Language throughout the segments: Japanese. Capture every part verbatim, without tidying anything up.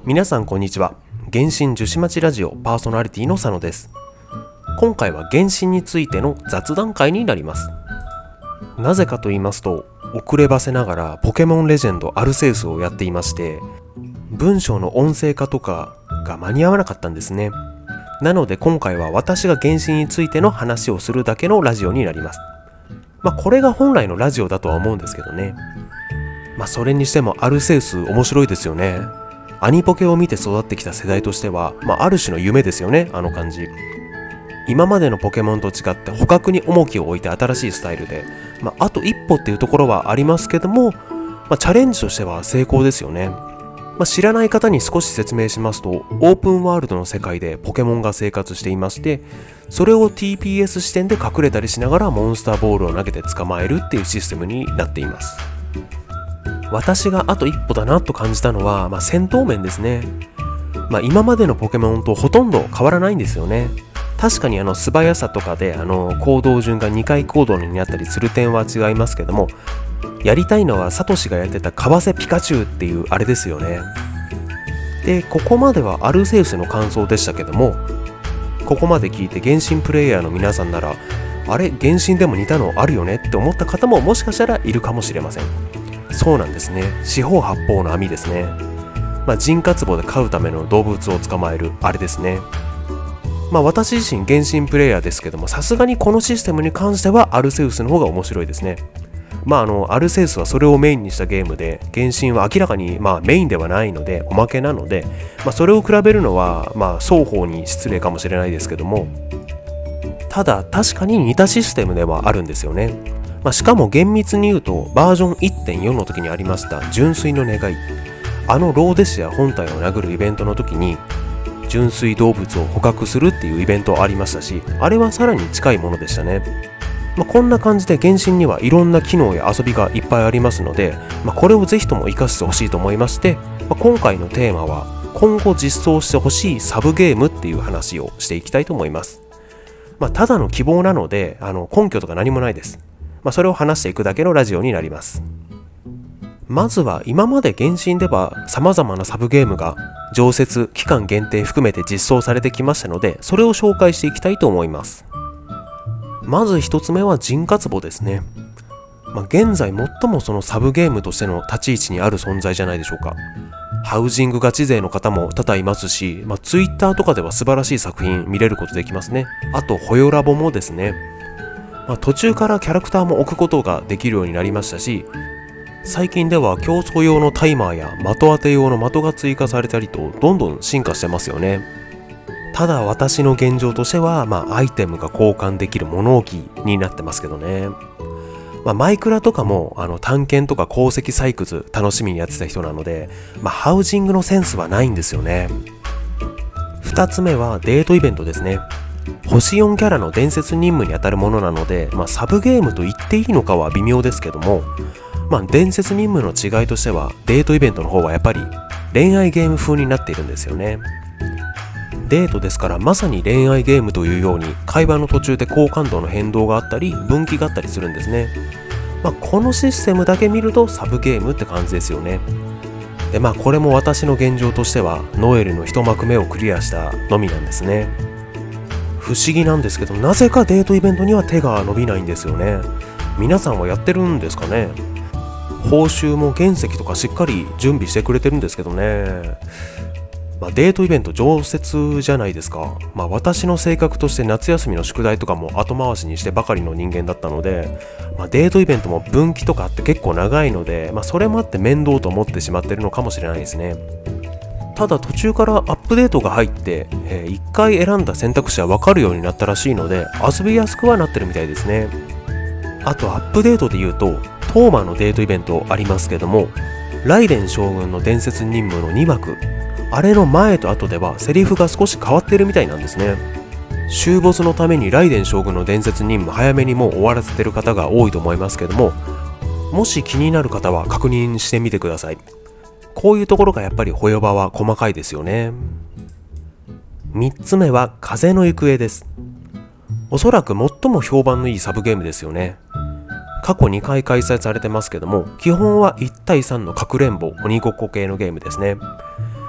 皆さんこんにちは。原神樹脂町ラジオパーソナリティの佐野です。今回は原神についての雑談会になります。なぜかと言いますと、遅ればせながらポケモンレジェンドアルセウスをやっていまして、文章の音声化とかが間に合わなかったんですね。なので今回は私が原神についての話をするだけのラジオになります。まあこれが本来のラジオだとは思うんですけどね。まあそれにしてもアルセウス面白いですよね。アニポケを見て育ってきた世代としては、まあ、ある種の夢ですよね、あの感じ。今までのポケモンと違って捕獲に重きを置いて新しいスタイルで、まあ、あと一歩っていうところはありますけども、まあ、チャレンジとしては成功ですよね。まあ、知らない方に少し説明しますと、オープンワールドの世界でポケモンが生活していまして、それを ティーピーエス 視点で隠れたりしながらモンスターボールを投げて捕まえるっていうシステムになっています。私があと一歩だなと感じたのは、まあ、戦闘面ですね。まあ、今までのポケモンとほとんど変わらないんですよね。確かにあの素早さとかであの行動順がにかい行動になったりする点は違いますけども、やりたいのはサトシがやってたカワセピカチュウっていうあれですよね。で、ここまではアルセウスの感想でしたけども、ここまで聞いて原神プレイヤーの皆さんなら、あれ原神でも似たのあるよねって思った方ももしかしたらいるかもしれません。そうなんですね。四方八方の網ですね。まあ、人活棒で飼うための動物を捕まえるあれですね。まあ私自身原神プレイヤーですけども、さすがにこのシステムに関してはアルセウスの方が面白いですね。まああのアルセウスはそれをメインにしたゲームで、原神は明らかにまあメインではないのでおまけなので、まあ、それを比べるのはまあ双方に失礼かもしれないですけども、ただ確かに似たシステムではあるんですよね。まあ、しかも厳密に言うとバージョン いってんよん の時にありました純粋の願い、あのローデシア本体を殴るイベントの時に純粋動物を捕獲するっていうイベントありましたし、あれはさらに近いものでしたね。まあ、こんな感じで原神にはいろんな機能や遊びがいっぱいありますので、まあ、これをぜひとも活かしてほしいと思いまして、まあ、今回のテーマは今後実装してほしいサブゲームっていう話をしていきたいと思います。まあ、ただの希望なのであの根拠とか何もないです。まあ、それを話していくだけのラジオになります。まずは今まで原神では様々なサブゲームが常設期間限定含めて実装されてきましたので、それを紹介していきたいと思います。まず一つ目は人活棒ですね。まあ、現在最もそのサブゲームとしての立ち位置にある存在じゃないでしょうか。ハウジングガチ勢の方も多々いますし、まあ、ツイッターとかでは素晴らしい作品見れることできますね。あとホヨラボもですね。まあ、途中からキャラクターも置くことができるようになりましたし、最近では競争用のタイマーや的当て用の的が追加されたりとどんどん進化してますよね。ただ私の現状としては、まあ、アイテムが交換できる物置になってますけどね。まあ、マイクラとかもあの探検とか鉱石採掘楽しみにやってた人なので、まあ、ハウジングのセンスはないんですよね。二つ目はデートイベントですね。星よんキャラの伝説任務に当たるものなので、まあ、サブゲームと言っていいのかは微妙ですけども、まあ、伝説任務の違いとしてはデートイベントの方はやっぱり恋愛ゲーム風になっているんですよね。デートですからまさに恋愛ゲームというように会話の途中で好感度の変動があったり分岐があったりするんですね。まあ、このシステムだけ見るとサブゲームって感じですよね。でまあこれも私の現状としてはノエルの一幕目をクリアしたのみなんですね。不思議なんですけど、なぜかデートイベントには手が伸びないんですよね。皆さんはやってるんですかね。報酬も原石とかしっかり準備してくれてるんですけどね。まあ、デートイベント常設じゃないですか。まあ、私の性格として夏休みの宿題とかも後回しにしてばかりの人間だったので、まあ、デートイベントも分岐とかあって結構長いので、まあ、それもあって面倒と思ってしまってるのかもしれないですね。ただ途中からアップデートが入って、えー、いっかい選んだ選択肢は分かるようになったらしいので遊びやすくはなってるみたいですね。あとアップデートで言うとトーマのデートイベントありますけども、ライデン将軍の伝説任務のにわく、あれの前と後ではセリフが少し変わってるみたいなんですね。終ボスのためにライデン将軍の伝説任務早めにもう終わらせてる方が多いと思いますけども、もし気になる方は確認してみてください。こういうところがやっぱりホヨバは細かいですよね。みっつめは風の行方です。おそらく最も評判のいいサブゲームですよね。過去にかい開催されてますけども、基本はいちたいさんのかくれんぼ鬼ごっこ系のゲームですね。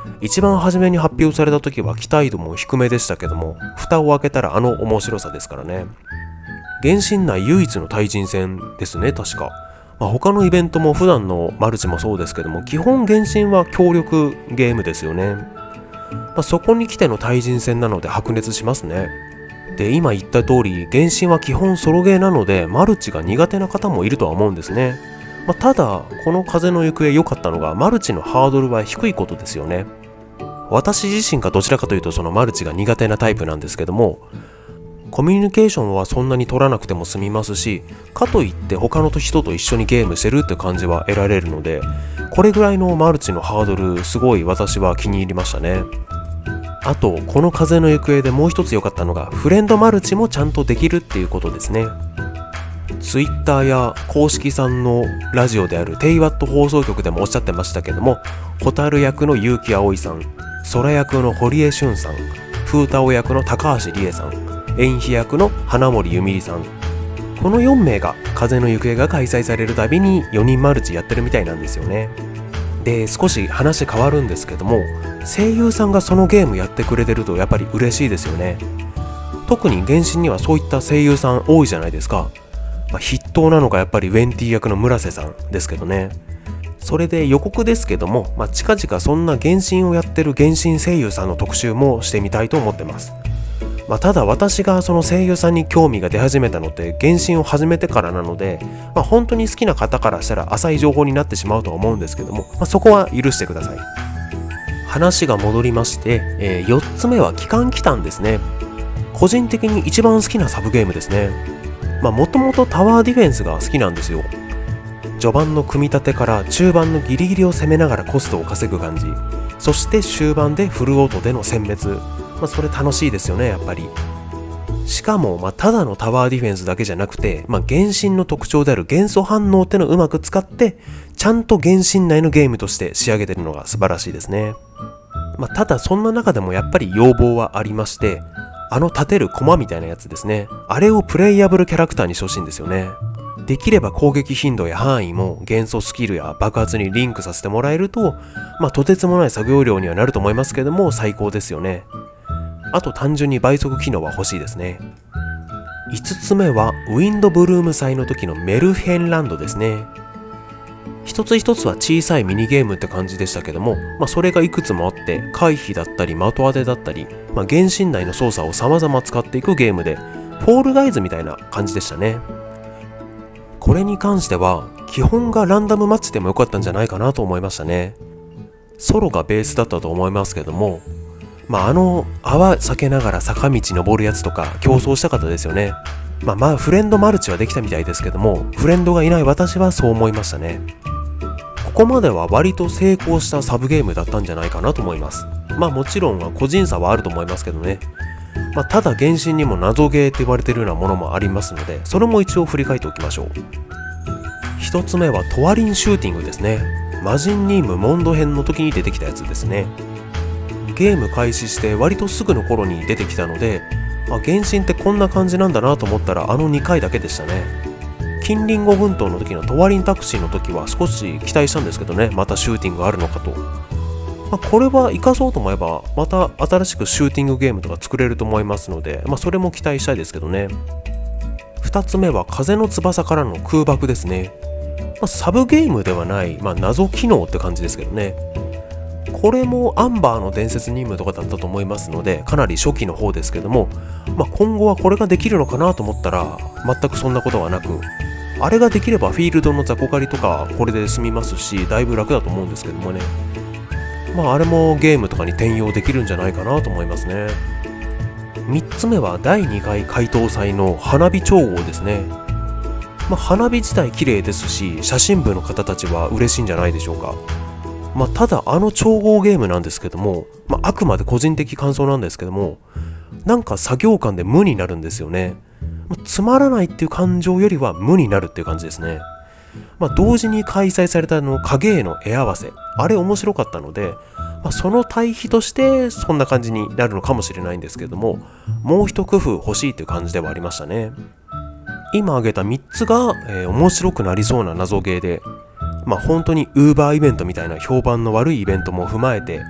一番初めに発表された時は期待度も低めでしたけども、蓋を開けたらあの面白さですからね。原神内唯一の対人戦ですね、確か。まあ、他のイベントも普段のマルチもそうですけども、基本原神は協力ゲームですよね。まあ、そこに来ての対人戦なので白熱しますね。で、今言った通り、原神は基本ソロゲーなので、マルチが苦手な方もいるとは思うんですね。まあ、ただ、この風の行方良かったのが、マルチのハードルは低いことですよね。私自身がどちらかというとそのマルチが苦手なタイプなんですけども、コミュニケーションはそんなに取らなくても済みますし、かといって他の人と一緒にゲームしてるって感じは得られるので、これぐらいのマルチのハードルすごい私は気に入りましたね。あとこの風の行方でもう一つ良かったのが、フレンドマルチもちゃんとできるっていうことですね。ツイッターや公式さんのラジオであるテイワット放送局でもおっしゃってましたけども、ホタル役の結城葵さん、空役の堀江俊さん、風太郎役の高橋理恵さん、縁妃役の花森ゆみりさん、このよん名が風の行方が開催されるたびによにんマルチやってるみたいなんですよね。で、少し話変わるんですけども、声優さんがそのゲームやってくれてるとやっぱり嬉しいですよね。特に原神にはそういった声優さん多いじゃないですか。まあ、筆頭なのがやっぱりウェンティ役の村瀬さんですけどね。それで予告ですけども、まあ、近々そんな原神をやってる原神声優さんの特集もしてみたいと思ってます。まあ、ただ私がその声優さんに興味が出始めたのって原神を始めてからなので、まあ、本当に好きな方からしたら浅い情報になってしまうとは思うんですけども、まあ、そこは許してください。話が戻りまして、えー、よっつめは帰還期間ですね。個人的に一番好きなサブゲームですね。まあもともとタワーディフェンスが好きなんですよ。序盤の組み立てから中盤のギリギリを攻めながらコストを稼ぐ感じ、そして終盤でフルオートでの殲滅、まあ、それ楽しいですよね、やっぱり。しかも、まあ、ただのタワーディフェンスだけじゃなくて、まあ、原神の特徴である元素反応ってのをうまく使ってちゃんと原神内のゲームとして仕上げてるのが素晴らしいですね。まあ、ただそんな中でもやっぱり要望はありまして、あの立てる駒みたいなやつですね、あれをプレイヤブルキャラクターにしてほしいんですよね。できれば攻撃頻度や範囲も元素スキルや爆発にリンクさせてもらえると、まあとてつもない作業量にはなると思いますけども、最高ですよね。あと単純に倍速機能は欲しいですね。いつつめはウィンドブルーム祭の時のメルヘンランドですね。一つ一つは小さいミニゲームって感じでしたけども、まあ、それがいくつもあって回避だったり的当てだったり、まあ、原神内の操作を様々使っていくゲームで、フォールガイズみたいな感じでしたね。これに関しては基本がランダムマッチでもよかったんじゃないかなと思いましたね。ソロがベースだったと思いますけども、まあ、あの泡避けながら坂道登るやつとか競争したかったですよね。まあまあフレンドマルチはできたみたいですけども、フレンドがいない私はそう思いましたね。ここまでは割と成功したサブゲームだったんじゃないかなと思います。まあもちろんは個人差はあると思いますけどね。まあ、ただ原神にも謎ゲーって言われてるようなものもありますので、それも一応振り返っておきましょう。一つ目はトワリンシューティングですね。魔人ニームモンド編の時に出てきたやつですね。ゲーム開始して割とすぐの頃に出てきたので、あ、原神ってこんな感じなんだなと思ったらあのにかいだけでしたね。金リンゴ群島の時のトワリンタクシーの時は少し期待したんですけどね、またシューティングあるのかと。まあ、これは生かそうと思えばまた新しくシューティングゲームとか作れると思いますので、まあ、それも期待したいですけどね。ふたつめは風の翼からの空爆ですね。まあ、サブゲームではない、まあ、謎機能って感じですけどね。これもアンバーの伝説任務とかだったと思いますので、かなり初期の方ですけども、まあ、今後はこれができるのかなと思ったら全くそんなことはなく、あれができればフィールドの雑魚狩りとかこれで済みますし、だいぶ楽だと思うんですけどもね。まああれもゲームとかに転用できるんじゃないかなと思いますね。みっつめはだいにかい解答祭の花火調合ですね。まあ、花火自体綺麗ですし、写真部の方たちは嬉しいんじゃないでしょうか。まあ、ただあの調合ゲームなんですけども、まあ、あくまで個人的感想なんですけども、なんか作業感で無になるんですよね。まあ、つまらないっていう感情よりは無になるっていう感じですね。まあ、同時に開催されたあの影絵の絵合わせ、あれ面白かったので、まあ、その対比としてそんな感じになるのかもしれないんですけども、もう一工夫欲しいという感じではありましたね。今挙げたみっつが、えー、面白くなりそうな謎ゲーで、まあ、本当にウーバーイベントみたいな評判の悪いイベントも踏まえて、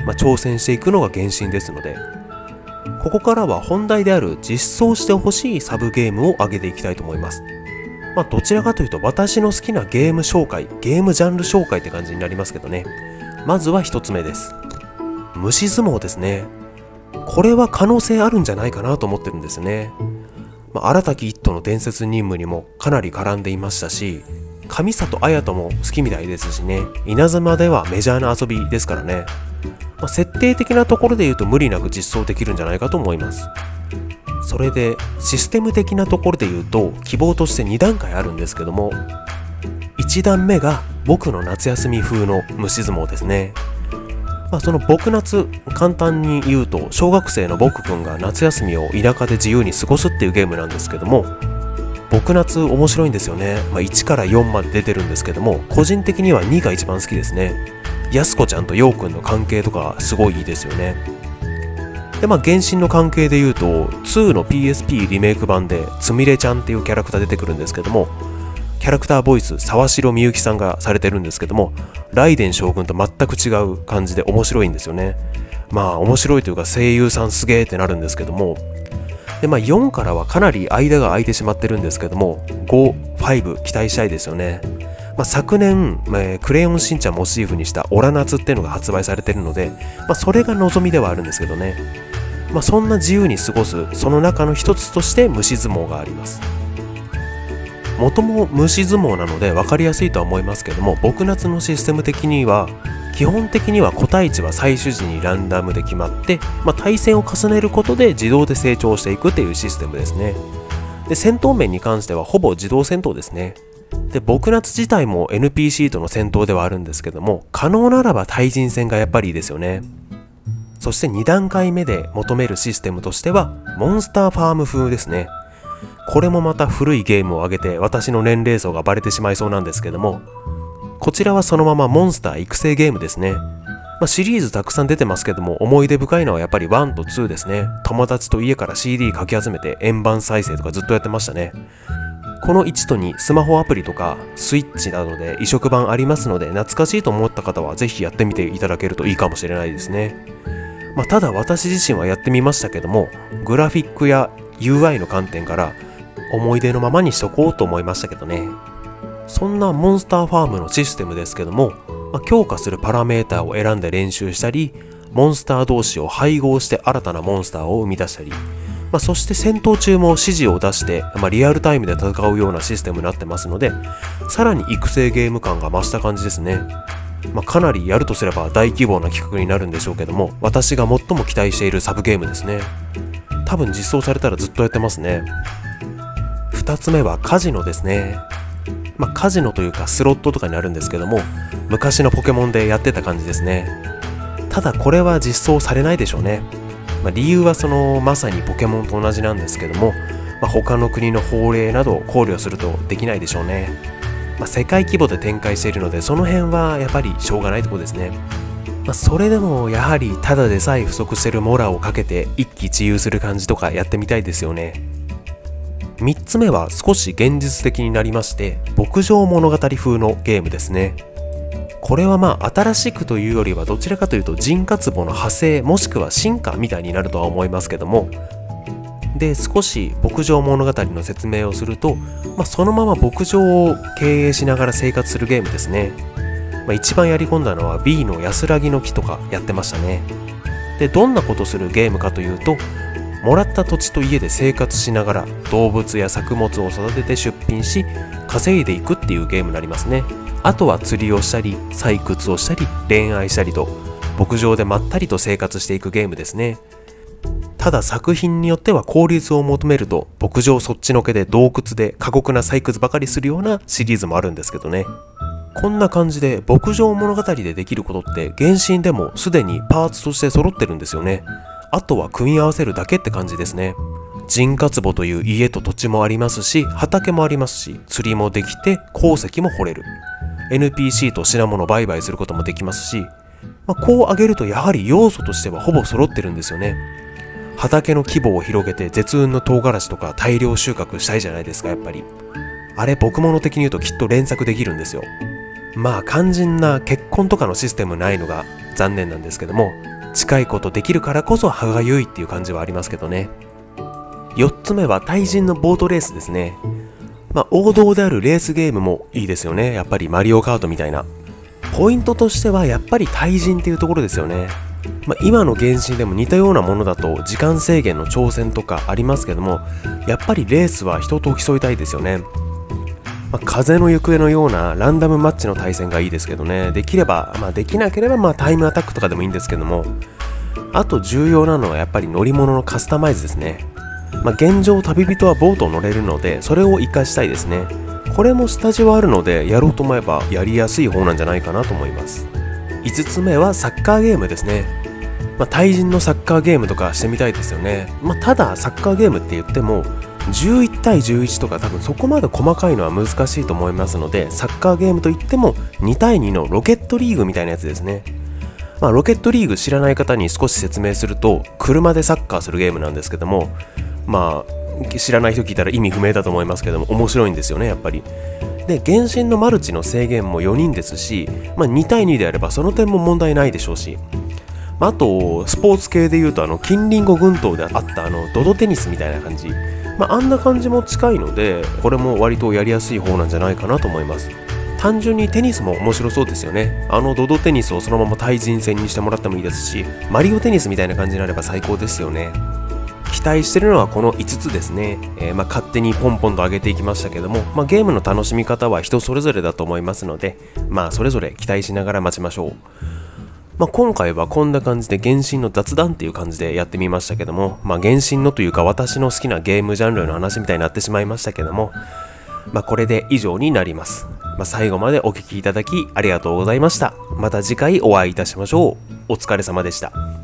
まあ、挑戦していくのが原神ですので、ここからは本題である実装してほしいサブゲームを挙げていきたいと思います。まあ、どちらかというと私の好きなゲーム紹介、ゲームジャンル紹介って感じになりますけどね。まずは一つ目です。虫相撲ですね。これは可能性あるんじゃないかなと思ってるんですよね。まあ、荒滝一斗の伝説任務にもかなり絡んでいましたし、上里彩とも好きみたいですしね。稲妻ではメジャーな遊びですからね。まあ、設定的なところで言うと無理なく実装できるんじゃないかと思います。それでシステム的なところで言うと希望としてに段階あるんですけども、いち段目が僕の夏休み風の虫相撲ですね。まあ、その僕夏、簡単に言うと小学生の僕くんが夏休みを田舎で自由に過ごすっていうゲームなんですけども、僕夏面白いんですよね。まあ、いちからよんまで出てるんですけども、個人的にはにが一番好きですね。やすこちゃんとようくんの関係とかすごいいいですよね。でまあ原神の関係で言うとにの ピーエスピー リメイク版でつみれちゃんっていうキャラクター出てくるんですけども、キャラクターボイス沢城みゆきさんがされてるんですけども、ライデン将軍と全く違う感じで面白いんですよね。まあ面白いというか声優さんすげーってなるんですけども、でまあよんからはかなり間が空いてしまってるんですけども、ご、ご期待したいですよね。まあ、昨年、えー、クレヨンしんちゃんモチーフにしたオラ夏っていうのが発売されてるので、まあ、それが望みではあるんですけどね。まあ、そんな自由に過ごすその中の一つとして虫相撲があります。元も虫相撲なので分かりやすいとは思いますけども、僕夏のシステム的には基本的には個体値は最終時にランダムで決まって、まあ、対戦を重ねることで自動で成長していくっていうシステムですね。で戦闘面に関してはほぼ自動戦闘ですね。で僕夏自体も エヌピーシー との戦闘ではあるんですけども、可能ならば対人戦がやっぱりいいですよね。そしてに段階目で求めるシステムとしてはモンスターファーム風ですね。これもまた古いゲームを挙げて私の年齢層がバレてしまいそうなんですけども、こちらはそのままモンスター育成ゲームですね。まあ、シリーズたくさん出てますけども、思い出深いのはやっぱりいちとにですね。友達と家から シーディー かき集めて円盤再生とかずっとやってましたね。このいちとにスマホアプリとかスイッチなどで移植版ありますので、懐かしいと思った方はぜひやってみていただけるといいかもしれないですね。まあ、ただ私自身はやってみましたけども、グラフィックや ユーアイ の観点から思い出のままにしとこうと思いましたけどね。そんなモンスターファームのシステムですけども、まあ、強化するパラメーターを選んで練習したり、モンスター同士を配合して新たなモンスターを生み出したり、まあ、そして戦闘中も指示を出して、まあ、リアルタイムで戦うようなシステムになってますので、さらに育成ゲーム感が増した感じですね。まあ、かなりやるとすれば大規模な企画になるんでしょうけども、私が最も期待しているサブゲームですね。多分実装されたらずっとやってますね。ふたつめはカジノですね。まあ、カジノというかスロットとかになるんですけども、昔のポケモンでやってた感じですね。ただこれは実装されないでしょうね。まあ、理由はそのまさにポケモンと同じなんですけども、まあ、他の国の法令などを考慮するとできないでしょうね。まあ、世界規模で展開しているので、その辺はやっぱりしょうがないところですね。まあ、それでもやはりただでさえ不足しているモラをかけて一喜一憂する感じとかやってみたいですよね。みっつめは少し現実的になりまして、牧場物語風のゲームですね。これはまあ新しくというよりはどちらかというと人活母の派生もしくは進化みたいになるとは思いますけども、で少し牧場物語の説明をすると、まあ、そのまま牧場を経営しながら生活するゲームですね。まあ、一番やり込んだのは B の安らぎの木とかやってましたね。でどんなことするゲームかというと、もらった土地と家で生活しながら動物や作物を育てて出品し稼いでいくっていうゲームになりますね。あとは釣りをしたり採掘をしたり恋愛したりと牧場でまったりと生活していくゲームですね。ただ作品によっては効率を求めると牧場そっちのけで洞窟で過酷な採掘ばかりするようなシリーズもあるんですけどね。こんな感じで牧場物語でできることって原神でもすでにパーツとして揃ってるんですよね。あとは組み合わせるだけって感じですね。人活母という家と土地もありますし、畑もありますし、釣りもできて鉱石も掘れる。エヌピーシー と品物売買することもできますし、まあ、こう挙げるとやはり要素としてはほぼ揃ってるんですよね。畑の規模を広げて絶雲の唐辛子とか大量収穫したいじゃないですか。やっぱりあれ僕物的に言うときっと連作できるんですよ。 まあ肝心な結婚とかのシステムないのが残念なんですけども、近いことできるからこそ歯がゆいっていう感じはありますけどね。よっつめは対人のボートレースですね。まあ王道であるレースゲームもいいですよね。やっぱりマリオカートみたいな。ポイントとしてはやっぱり対人っていうところですよね。まあ、今の原神でも似たようなものだと時間制限の挑戦とかありますけども、やっぱりレースは人と競いたいですよね。まあ、風の行方のようなランダムマッチの対戦がいいですけどね。できれば、まあ、できなければまあタイムアタックとかでもいいんですけども、あと重要なのはやっぱり乗り物のカスタマイズですね。まあ、現状旅人はボートを乗れるのでそれを活かしたいですね。これもスタジオあるのでやろうと思えばやりやすい方なんじゃないかなと思います。いつつめはサッカーゲームですね。まあ、対人のサッカーゲームとかしてみたいですよね。まあ、ただサッカーゲームって言ってもじゅういちたいじゅういちとか多分そこまで細かいのは難しいと思いますので、サッカーゲームといってもにたいにのロケットリーグみたいなやつですね。まあ、ロケットリーグ知らない方に少し説明すると、車でサッカーするゲームなんですけども、まあ知らない人聞いたら意味不明だと思いますけども、面白いんですよねやっぱり。で原神のマルチの制限もよにんですし、まあ、にたいにであればその点も問題ないでしょうし、あとスポーツ系でいうとあの金リンゴ群島であったあのドドテニスみたいな感じ、まあ、あんな感じも近いので、これも割とやりやすい方なんじゃないかなと思います。単純にテニスも面白そうですよね。あのドドテニスをそのまま対人戦にしてもらってもいいですし、マリオテニスみたいな感じになれば最高ですよね。期待してるのはこのいつつですね。えー、まあ勝手にポンポンと上げていきましたけども、まあ、ゲームの楽しみ方は人それぞれだと思いますので、まあそれぞれ期待しながら待ちましょう。まあ、今回はこんな感じで原神の雑談っていう感じでやってみましたけども、まあ、原神のというか私の好きなゲームジャンルの話みたいになってしまいましたけども、まあ、これで以上になります。まあ、最後までお聞きいただきありがとうございました。また次回お会いいたしましょう。お疲れ様でした。